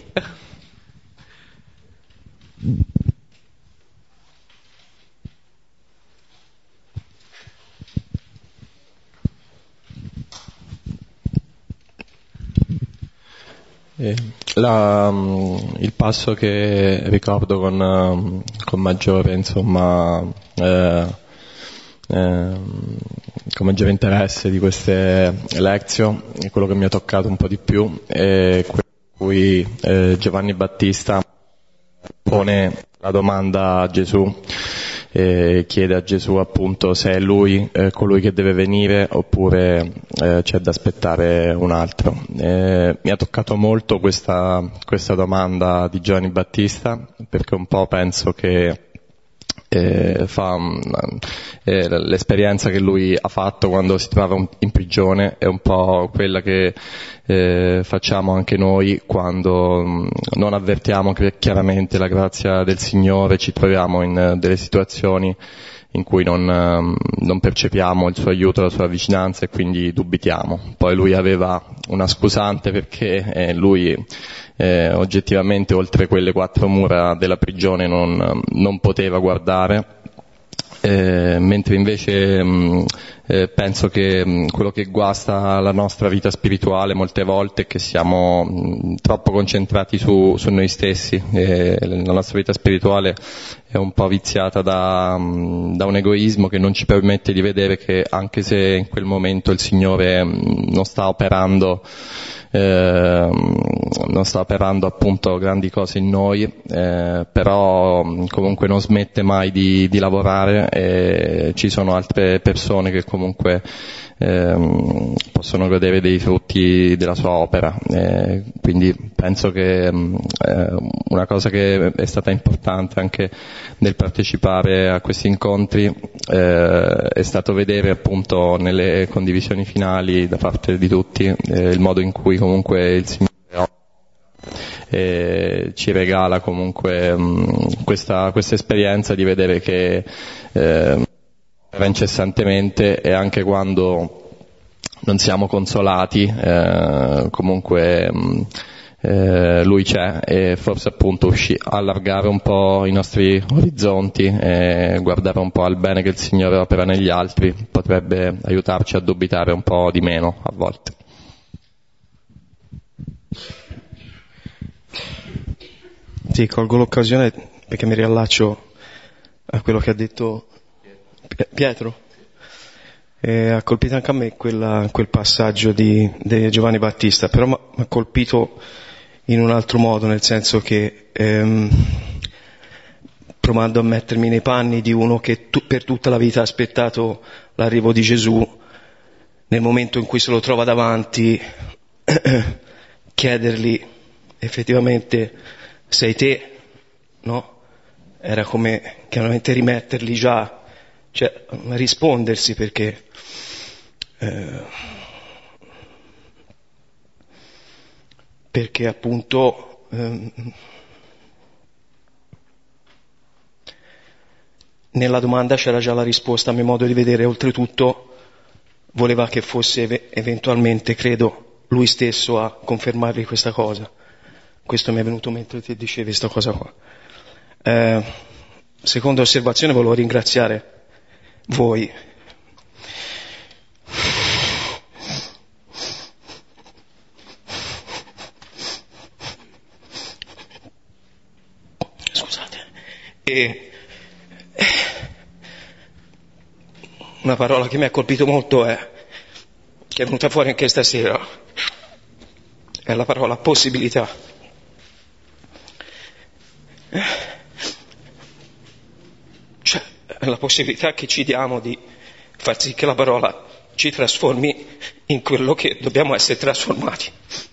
Eh, la, il passo che ricordo con, con maggiore, insomma, eh, eh, con maggiore interesse di queste lezioni, è quello che mi ha toccato un po' di più, è quello in cui eh, Giovanni Battista pone la domanda a Gesù, eh, chiede a Gesù appunto se è lui eh, colui che deve venire oppure eh, c'è da aspettare un altro. Eh, mi ha toccato molto questa, questa domanda di Giovanni Battista, perché un po' penso che eh, fa eh, l'esperienza che lui ha fatto quando si trovava in prigione è un po' quella che eh, facciamo anche noi quando mh, non avvertiamo chiaramente la grazia del Signore, ci troviamo in delle situazioni in cui non, non percepiamo il suo aiuto, la sua vicinanza e quindi dubitiamo. Poi lui aveva una scusante perché eh, lui eh, oggettivamente oltre quelle quattro mura della prigione non, non poteva guardare. Eh, mentre invece mh, eh, penso che mh, quello che guasta la nostra vita spirituale molte volte è che siamo mh, troppo concentrati su, su noi stessi. Eh, la nostra vita spirituale è un po' viziata da, mh, da un egoismo che non ci permette di vedere che anche se in quel momento il Signore mh, non sta operando Eh, non sta operando appunto grandi cose in noi, eh, però comunque non smette mai di, di lavorare e ci sono altre persone che comunque eh, possono godere dei frutti della sua opera. Eh, quindi penso che eh, una cosa che è stata importante anche nel partecipare a questi incontri eh, è stato vedere appunto nelle condivisioni finali da parte di tutti eh, il modo in cui comunque il Signore eh, ci regala comunque mh, questa, questa esperienza di vedere che eh, incessantemente e anche quando non siamo consolati eh, comunque mh, eh, lui c'è e forse appunto usci- allargare un po' i nostri orizzonti e guardare un po' al bene che il Signore opera negli altri potrebbe aiutarci a dubitare un po' di meno a volte. Sì, colgo l'occasione perché mi riallaccio a quello che ha detto Pietro. E ha colpito anche a me quella, quel passaggio di, di Giovanni Battista, però mi ha colpito in un altro modo, nel senso che ehm, provando a mettermi nei panni di uno che tu, per tutta la vita ha aspettato l'arrivo di Gesù, nel momento in cui se lo trova davanti chiedergli effettivamente sei te, no? Era come chiaramente rimetterli già, cioè rispondersi perché eh, perché appunto eh, nella domanda c'era già la risposta a mio modo di vedere, oltretutto voleva che fosse eventualmente, credo, lui stesso a confermargli questa cosa. Questo mi è venuto mentre ti dicevi questa cosa qua. Eh, seconda osservazione, volevo ringraziare voi. Scusate. E una parola che mi ha colpito molto è, che è venuta fuori anche stasera, è la parola possibilità. Cioè, la possibilità che ci diamo di far sì che la parola ci trasformi in quello che dobbiamo essere trasformati.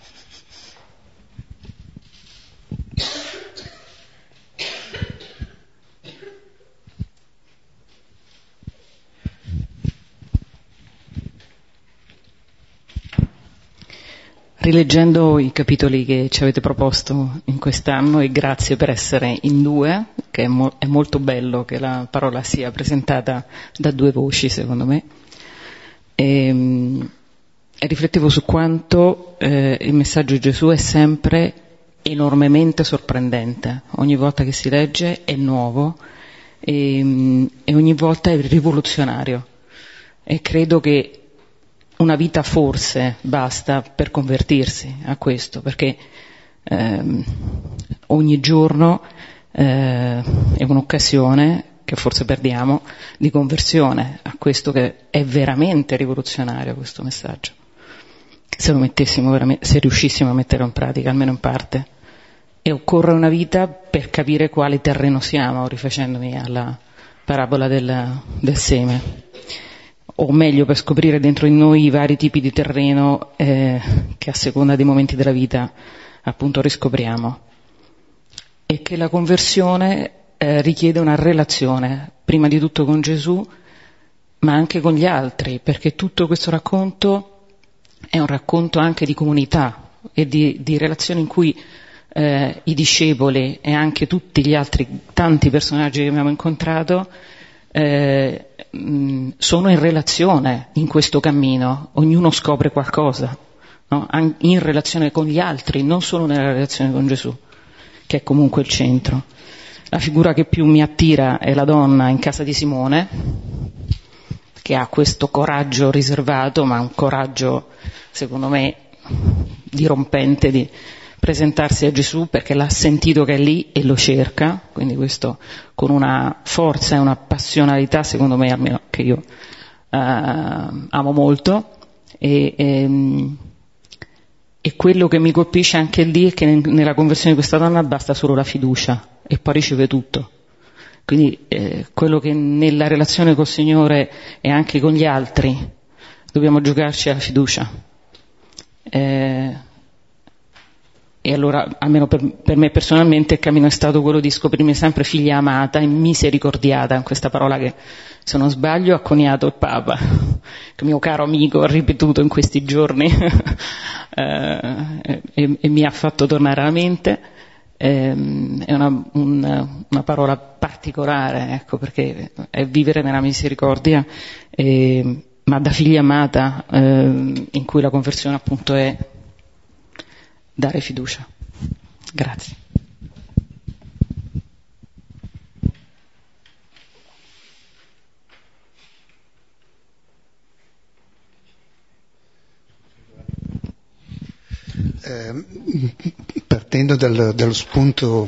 Rileggendo i capitoli che ci avete proposto in quest'anno, e grazie per essere in due, che è, mo- è molto bello che la parola sia presentata da due voci, secondo me, e, e riflettevo su quanto eh, il messaggio di Gesù è sempre enormemente sorprendente. Ogni volta che si legge è nuovo e, e ogni volta è rivoluzionario. E credo che una vita forse basta per convertirsi a questo, perché ehm, ogni giorno eh, è un'occasione che forse perdiamo di conversione a questo che è veramente rivoluzionario, questo messaggio. Se lo mettessimo veramente, se riuscissimo a metterlo in pratica, almeno in parte. E occorre una vita per capire quale terreno siamo, rifacendomi alla parabola del, del seme. O meglio, per scoprire dentro di noi i vari tipi di terreno eh, che a seconda dei momenti della vita appunto riscopriamo. E che la conversione eh, richiede una relazione, prima di tutto con Gesù, ma anche con gli altri, perché tutto questo racconto è un racconto anche di comunità e di, di relazioni in cui eh, i discepoli e anche tutti gli altri tanti personaggi che abbiamo incontrato eh, mh, sono in relazione in questo cammino, ognuno scopre qualcosa, no? In relazione con gli altri, non solo nella relazione con Gesù, che è comunque il centro. La figura che più mi attira è la donna in casa di Simone, che ha questo coraggio riservato, ma un coraggio, secondo me, dirompente di presentarsi a Gesù perché l'ha sentito che è lì e lo cerca, quindi questo con una forza e una passionalità, secondo me, almeno che io eh, amo molto. E, e, e quello che mi colpisce anche lì è che nella conversione di questa donna basta solo la fiducia e poi riceve tutto. Quindi eh, quello che nella relazione col Signore e anche con gli altri dobbiamo giocarci alla fiducia. Eh, e allora, almeno per, per me personalmente, il cammino è stato quello di scoprirmi sempre figlia amata e misericordiata, questa parola che, se non sbaglio, ha coniato il Papa, che mio caro amico ha ripetuto in questi giorni eh, e, e mi ha fatto tornare alla mente. È una, una, una parola particolare, ecco, perché è vivere nella misericordia, eh, ma da figlia amata, eh, in cui la conversione appunto è dare fiducia. Grazie. Eh, partendo dal, dallo spunto,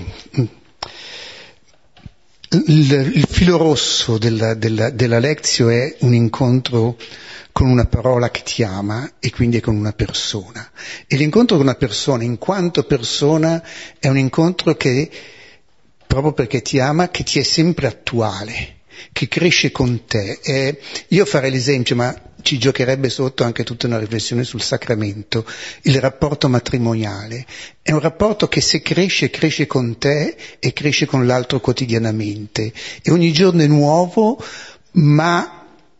il, il filo rosso della, della, della Lectio è un incontro con una parola che ti ama e quindi è con una persona. E l'incontro con una persona, in quanto persona, è un incontro che, proprio perché ti ama, che ti è sempre attuale, che cresce con te. E io farei l'esempio, ma ci giocherebbe sotto anche tutta una riflessione sul sacramento. Il rapporto matrimoniale è un rapporto che, se cresce, cresce con te e cresce con l'altro quotidianamente, e ogni giorno è nuovo, ma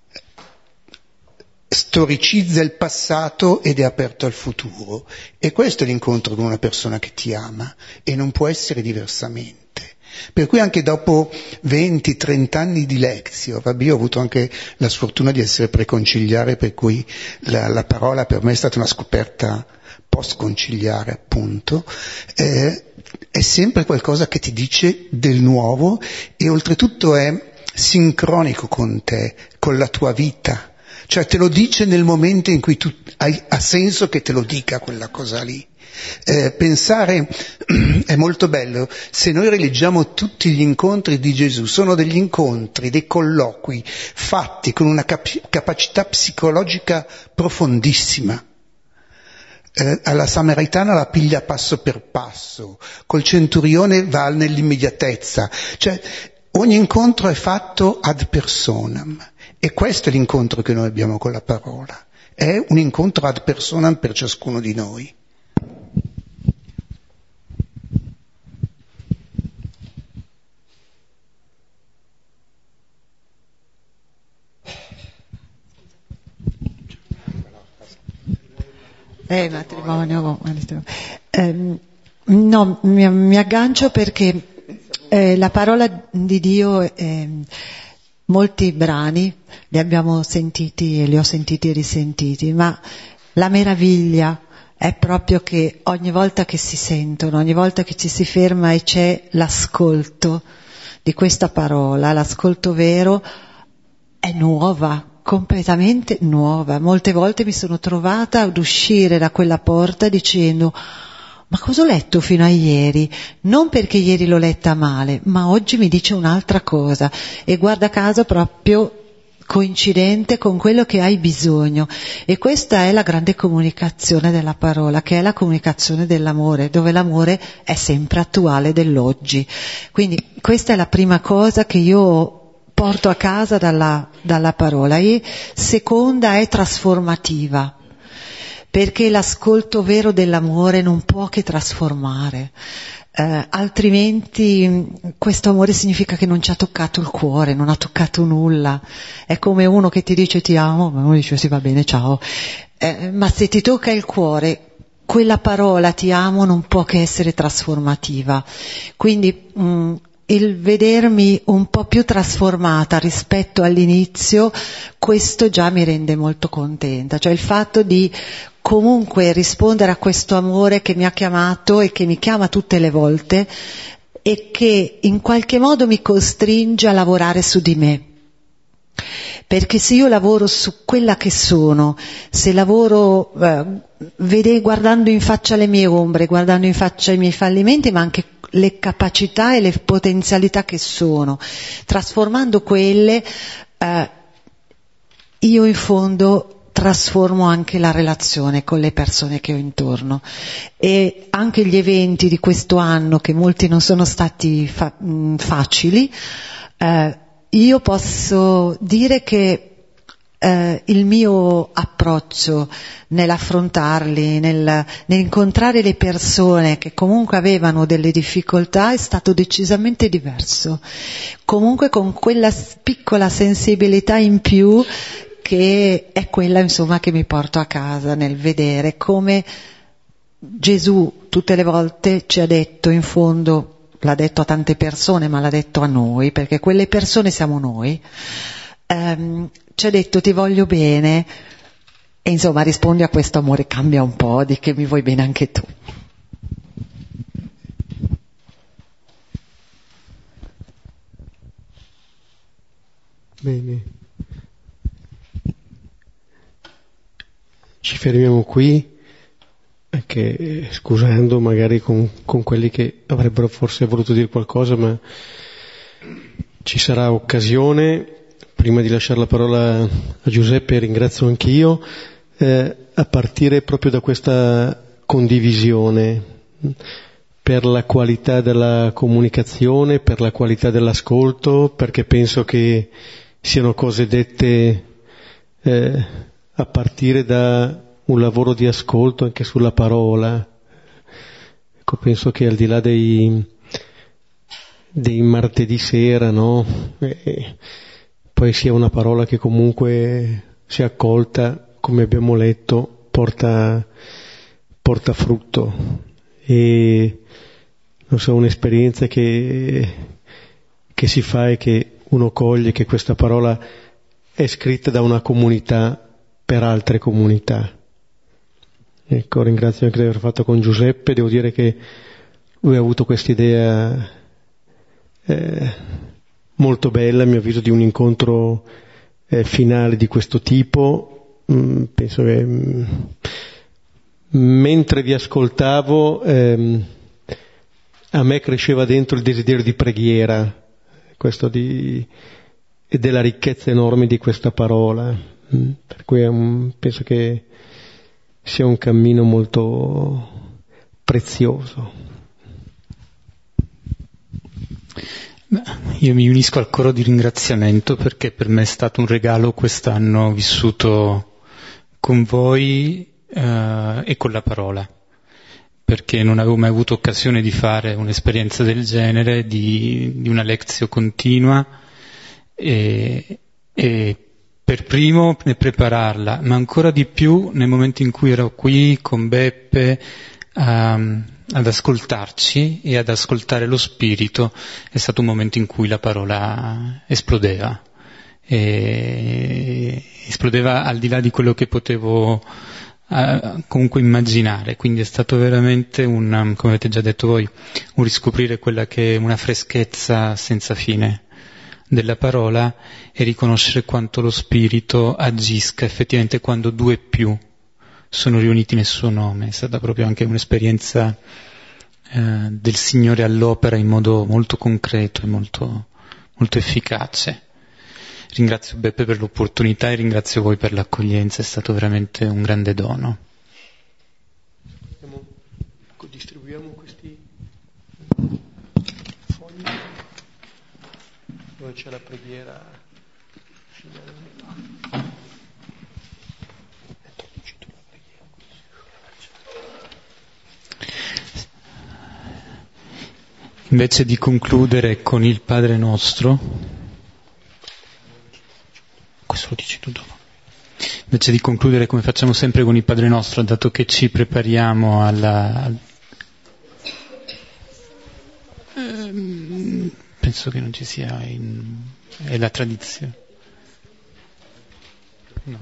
storicizza il passato ed è aperto al futuro. E questo è l'incontro con una persona che ti ama, e non può essere diversamente. Per cui anche dopo venti trenta anni di Lectio, vabbè, io ho avuto anche la sfortuna di essere preconciliare, per cui la, la parola per me è stata una scoperta post-conciliare, appunto, eh, è sempre qualcosa che ti dice del nuovo, e oltretutto è sincronico con te, con la tua vita. Cioè te lo dice nel momento in cui tu hai, ha senso che te lo dica quella cosa lì. Eh, pensare è molto bello, se noi rileggiamo tutti gli incontri di Gesù, sono degli incontri, dei colloqui fatti con una cap- capacità psicologica profondissima. Eh, alla Samaritana la piglia passo per passo, col centurione va nell'immediatezza, cioè ogni incontro è fatto ad personam, e questo è l'incontro che noi abbiamo con la parola, è un incontro ad personam per ciascuno di noi. Eh, matrimonio. Eh, no, mi, mi aggancio perché eh, la parola di Dio, eh, molti brani li abbiamo sentiti e li ho sentiti e risentiti, ma la meraviglia è proprio che ogni volta che si sentono, ogni volta che ci si ferma e c'è l'ascolto di questa parola, l'ascolto vero, è nuova, completamente nuova. Molte volte mi sono trovata ad uscire da quella porta dicendo: ma cosa ho letto fino a ieri? Non perché ieri l'ho letta male, ma oggi mi dice un'altra cosa, e guarda caso proprio coincidente con quello che hai bisogno. E questa è la grande comunicazione della parola, che è la comunicazione dell'amore, dove l'amore è sempre attuale dell'oggi. Quindi questa è la prima cosa che io porto a casa dalla, dalla parola. E seconda è trasformativa, perché l'ascolto vero dell'amore non può che trasformare, eh, altrimenti questo amore significa che non ci ha toccato il cuore, non ha toccato nulla. È come uno che ti dice ti amo, ma uno dice sì, va bene, ciao, eh, ma se ti tocca il cuore, quella parola ti amo non può che essere trasformativa. Quindi mh, il vedermi un po' più trasformata rispetto all'inizio, questo già mi rende molto contenta, cioè il fatto di comunque rispondere a questo amore che mi ha chiamato e che mi chiama tutte le volte e che in qualche modo mi costringe a lavorare su di me. Perché se io lavoro su quella che sono, se lavoro eh, vede, guardando in faccia le mie ombre, guardando in faccia i miei fallimenti, ma anche le capacità e le potenzialità che sono, trasformando quelle, eh, io in fondo trasformo anche la relazione con le persone che ho intorno. E anche gli eventi di questo anno, che molti non sono stati fa- mh, facili, eh, io posso dire che eh, il mio approccio nell'affrontarli, nel, nell'incontrare le persone che comunque avevano delle difficoltà è stato decisamente diverso. Comunque con quella piccola sensibilità in più che è quella, insomma, che mi porto a casa nel vedere come Gesù tutte le volte ci ha detto, in fondo, l'ha detto a tante persone, ma l'ha detto a noi, perché quelle persone siamo noi, ehm, ci ha detto ti voglio bene, e insomma rispondi a questo amore, cambia un po', di che mi vuoi bene anche tu. Bene. Ci fermiamo qui, anche scusando magari con, con quelli che avrebbero forse voluto dire qualcosa, ma ci sarà occasione. Prima di lasciare la parola a Giuseppe, ringrazio anch'io, eh, a partire proprio da questa condivisione, per la qualità della comunicazione, per la qualità dell'ascolto, perché penso che siano cose dette eh, a partire da un lavoro di ascolto anche sulla parola. Ecco, penso che al di là dei, dei martedì sera, no? E poi sia una parola che comunque, se accolta, come abbiamo letto, porta, porta frutto. E non so, un'esperienza che, che si fa è che uno coglie che questa parola è scritta da una comunità per altre comunità. Ecco, ringrazio anche di aver fatto con Giuseppe. Devo dire che lui ha avuto questa idea eh, molto bella, a mio avviso, di un incontro eh, finale di questo tipo. Mm, penso che mm, mentre vi ascoltavo ehm, a me cresceva dentro il desiderio di preghiera, questo di, e della ricchezza enorme di questa parola. Mm, per cui um, penso che sia un cammino molto prezioso. Io mi unisco al coro di ringraziamento, perché per me è stato un regalo quest'anno vissuto con voi eh, e con la parola, perché non avevo mai avuto occasione di fare un'esperienza del genere, di, di una lezione continua, e, e per primo nel prepararla, ma ancora di più nel momento in cui ero qui con Beppe um, ad ascoltarci e ad ascoltare lo spirito. È stato un momento in cui la parola esplodeva, e esplodeva al di là di quello che potevo uh, comunque immaginare, quindi è stato veramente un, um, come avete già detto voi, un riscoprire quella che è una freschezza senza fine della parola, e riconoscere quanto lo spirito agisca effettivamente quando due e più sono riuniti nel suo nome. È stata proprio anche un'esperienza eh, del Signore all'opera in modo molto concreto e molto, molto efficace. Ringrazio Beppe per l'opportunità e ringrazio voi per l'accoglienza, è stato veramente un grande dono. Distribuiamo questi fogli dove c'è la preghiera. Invece di concludere con il Padre Nostro, questo lo dici tu dopo. Invece di concludere come facciamo sempre con il Padre Nostro, dato che ci prepariamo alla, penso che non ci sia, in, è la tradizione. No.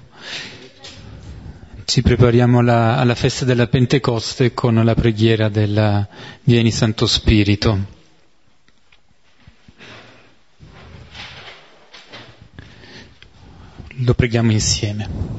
Ci prepariamo alla, alla festa della Pentecoste con la preghiera della Vieni Santo Spirito. Lo preghiamo insieme.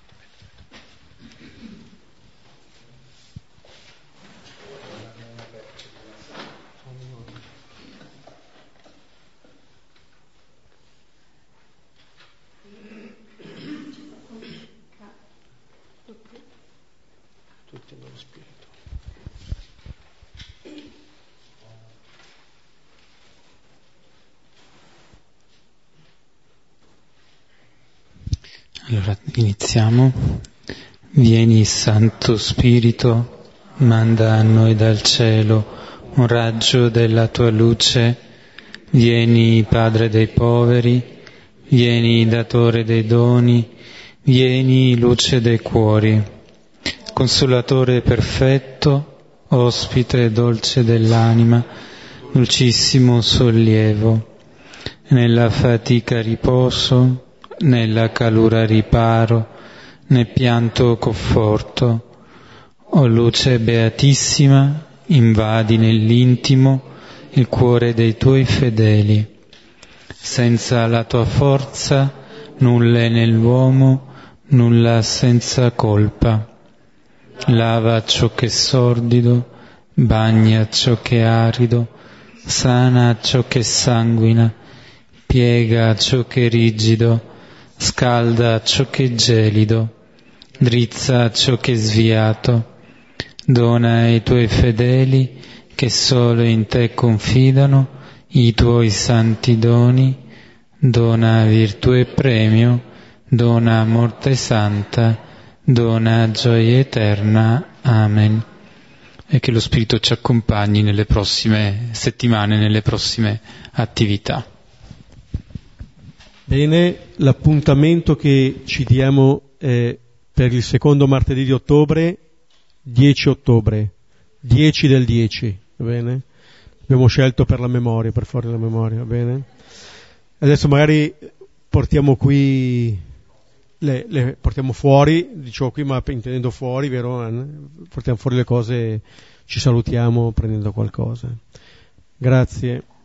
Allora iniziamo. Vieni Santo Spirito, manda a noi dal cielo un raggio della tua luce. Vieni Padre dei poveri, vieni Datore dei doni, vieni Luce dei cuori, Consolatore perfetto, ospite dolce dell'anima, dolcissimo sollievo, nella fatica riposo, nella calura riparo, nel pianto conforto. O luce beatissima, invadi nell'intimo il cuore dei tuoi fedeli. Senza la tua forza nulla è nell'uomo, nulla senza colpa. Lava ciò che è sordido, bagna ciò che è arido, sana ciò che sanguina, piega ciò che è rigido, scalda ciò che è gelido, drizza ciò che è sviato, dona ai tuoi fedeli che solo in te confidano i tuoi santi doni, dona virtù e premio, dona morte santa, dona gioia eterna. Amen. E che lo Spirito ci accompagni nelle prossime settimane, nelle prossime attività. Bene, l'appuntamento che ci diamo è per il secondo martedì di ottobre, dieci ottobre, dieci del dieci, va bene? Abbiamo scelto per la memoria, per fare la memoria, va bene? Adesso magari portiamo qui, le, le portiamo fuori, dicevo qui ma intendendo fuori, vero Anna? Portiamo fuori le cose, ci salutiamo prendendo qualcosa. Grazie.